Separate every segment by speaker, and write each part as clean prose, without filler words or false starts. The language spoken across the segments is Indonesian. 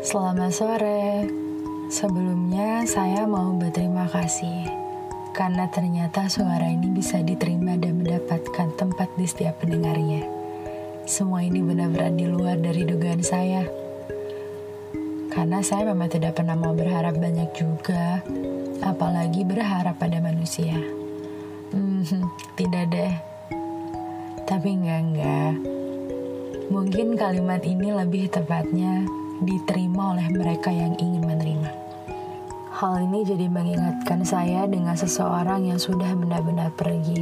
Speaker 1: Selamat sore. Sebelumnya saya mau berterima kasih karena ternyata suara ini bisa diterima dan mendapatkan tempat di setiap pendengarnya. Semua ini benar-benar di luar dari dugaan saya. Karena saya memang tidak pernah mau berharap banyak juga, apalagi berharap pada manusia. Tidak deh. Tapi enggak. Mungkin kalimat ini lebih tepatnya diterima oleh mereka yang ingin menerima. Hal ini jadi mengingatkan saya dengan seseorang yang sudah benar-benar pergi.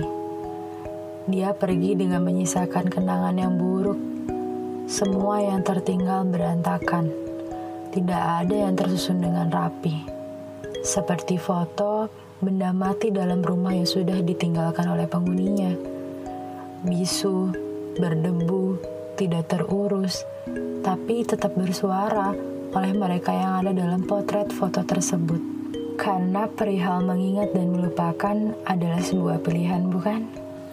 Speaker 1: Dia pergi dengan menyisakan kenangan yang buruk. Semua yang tertinggal berantakan. Tidak ada yang tersusun dengan rapi. Seperti foto benda mati dalam rumah yang sudah ditinggalkan oleh penghuninya. Bisu, berdebu, tidak terurus, tapi tetap bersuara oleh mereka yang ada dalam potret foto tersebut. Karena perihal mengingat dan melupakan adalah sebuah pilihan, bukan?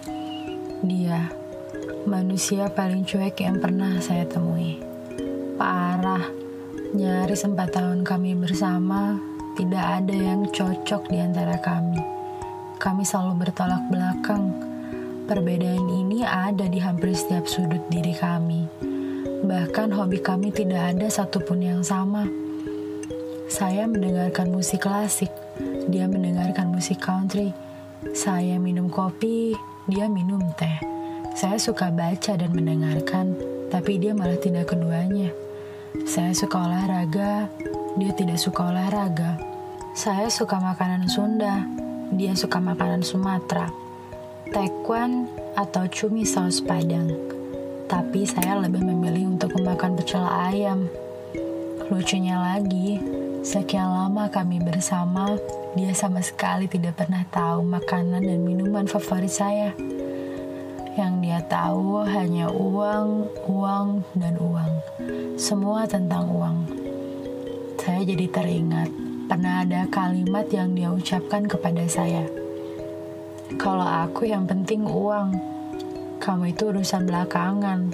Speaker 1: Dia, manusia paling cuek yang pernah saya temui. Parah, nyaris 4 tahun kami bersama, tidak ada yang cocok di antara kami. Kami selalu bertolak belakang. Perbedaan ini ada di hampir setiap sudut diri kami. Bahkan hobi kami tidak ada satupun yang sama. Saya mendengarkan musik klasik, dia mendengarkan musik country. Saya minum kopi, dia minum teh. Saya suka baca dan mendengarkan, tapi dia malah tidak keduanya. Saya suka olahraga, dia tidak suka olahraga. Saya suka makanan Sunda, dia suka makanan Sumatera. Taekwan atau cumi saus padang. Tapi saya lebih memilih untuk memakan pecel ayam. Lucunya lagi, sekian lama kami bersama, dia sama sekali tidak pernah tahu makanan dan minuman favorit saya. Yang dia tahu hanya uang, dan uang. Semua tentang uang. Saya jadi teringat, pernah ada kalimat yang dia ucapkan kepada saya. Kalau aku yang penting uang, kamu itu urusan belakangan.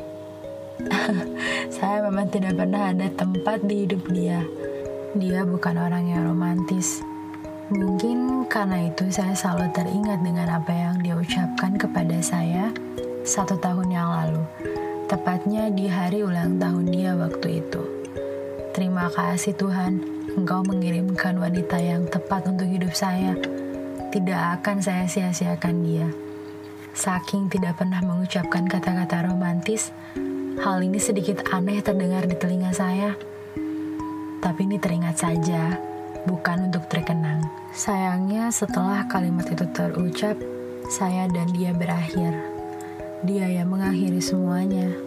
Speaker 1: Saya memang tidak pernah ada tempat di hidup dia. Dia bukan orang yang romantis. Mungkin karena itu saya selalu teringat dengan apa yang dia ucapkan kepada saya 1 tahun yang lalu. Tepatnya di hari ulang tahun dia waktu itu. Terima kasih Tuhan, Engkau mengirimkan wanita yang tepat untuk hidup saya. Tidak akan saya sia-siakan dia. Saking tidak pernah mengucapkan kata-kata romantis, hal ini sedikit aneh terdengar di telinga saya. Tapi ini teringat saja, bukan untuk terkenang. Sayangnya setelah kalimat itu terucap, saya dan dia berakhir. Dia yang mengakhiri semuanya.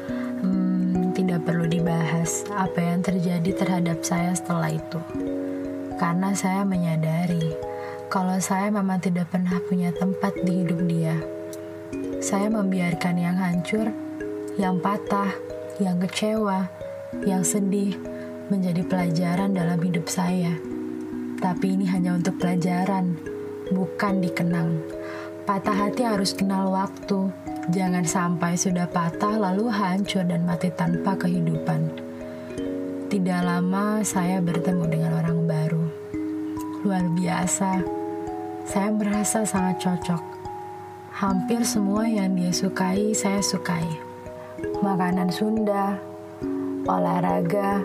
Speaker 1: Tidak perlu dibahas apa yang terjadi terhadap saya setelah itu. Karena saya menyadari kalau saya memang tidak pernah punya tempat di hidup dia. Saya membiarkan yang hancur, yang patah, yang kecewa, yang sedih menjadi pelajaran dalam hidup saya. Tapi ini hanya untuk pelajaran, bukan dikenang. Patah hati harus kenal waktu. Jangan sampai sudah patah lalu hancur dan mati tanpa kehidupan. Tidak lama saya bertemu dengan orang baru. Luar biasa. Saya merasa sangat cocok. Hampir semua yang dia sukai, saya sukai. Makanan Sunda, olahraga.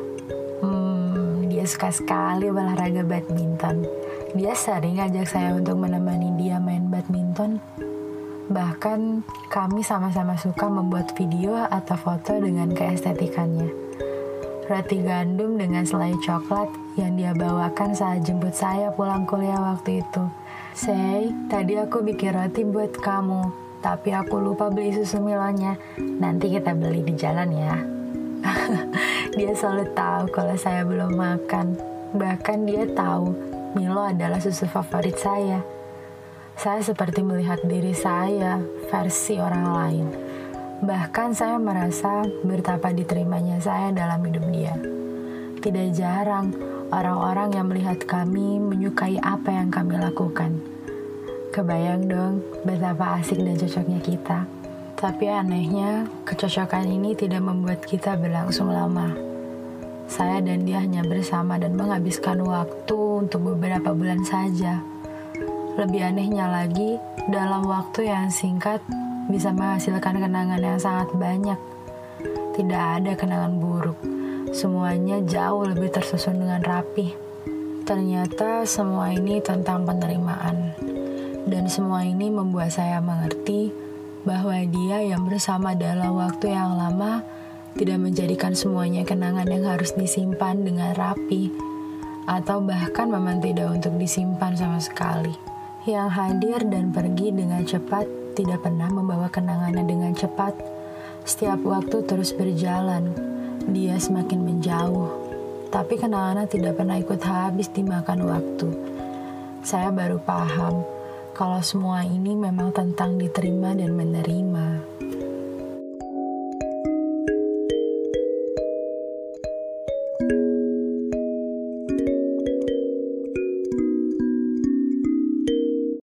Speaker 1: Dia suka sekali olahraga badminton. Dia sering ajak saya untuk menemani dia main badminton. Bahkan kami sama-sama suka membuat video atau foto dengan keestetikannya. Roti gandum dengan selai coklat yang dia bawakan saat jemput saya pulang kuliah waktu itu. Say, tadi aku bikin roti buat kamu, tapi aku lupa beli susu Milonya. Nanti kita beli di jalan ya. Dia selalu tahu kalau saya belum makan. Bahkan dia tahu Milo adalah susu favorit saya. Saya seperti melihat diri saya versi orang lain. Bahkan saya merasa betapa diterimanya saya dalam hidup dia. Tidak jarang orang-orang yang melihat kami menyukai apa yang kami lakukan. Kebayang dong betapa asik dan cocoknya kita. Tapi anehnya, kecocokan ini tidak membuat kita berlangsung lama. Saya dan dia hanya bersama dan menghabiskan waktu untuk beberapa bulan saja. Lebih anehnya lagi, dalam waktu yang singkat bisa menghasilkan kenangan yang sangat banyak. Tidak ada kenangan buruk. Semuanya jauh lebih tersusun dengan rapi. Ternyata semua ini tentang penerimaan. Dan semua ini membuat saya mengerti bahwa dia yang bersama dalam waktu yang lama tidak menjadikan semuanya kenangan yang harus disimpan dengan rapi, atau bahkan memang tidak untuk disimpan sama sekali. Yang hadir dan pergi dengan cepat tidak pernah membawa kenangannya dengan cepat. Setiap waktu terus berjalan, dia semakin menjauh, tapi kenangannya tidak pernah ikut habis dimakan waktu. Saya baru paham kalau semua ini memang tentang diterima dan menerima.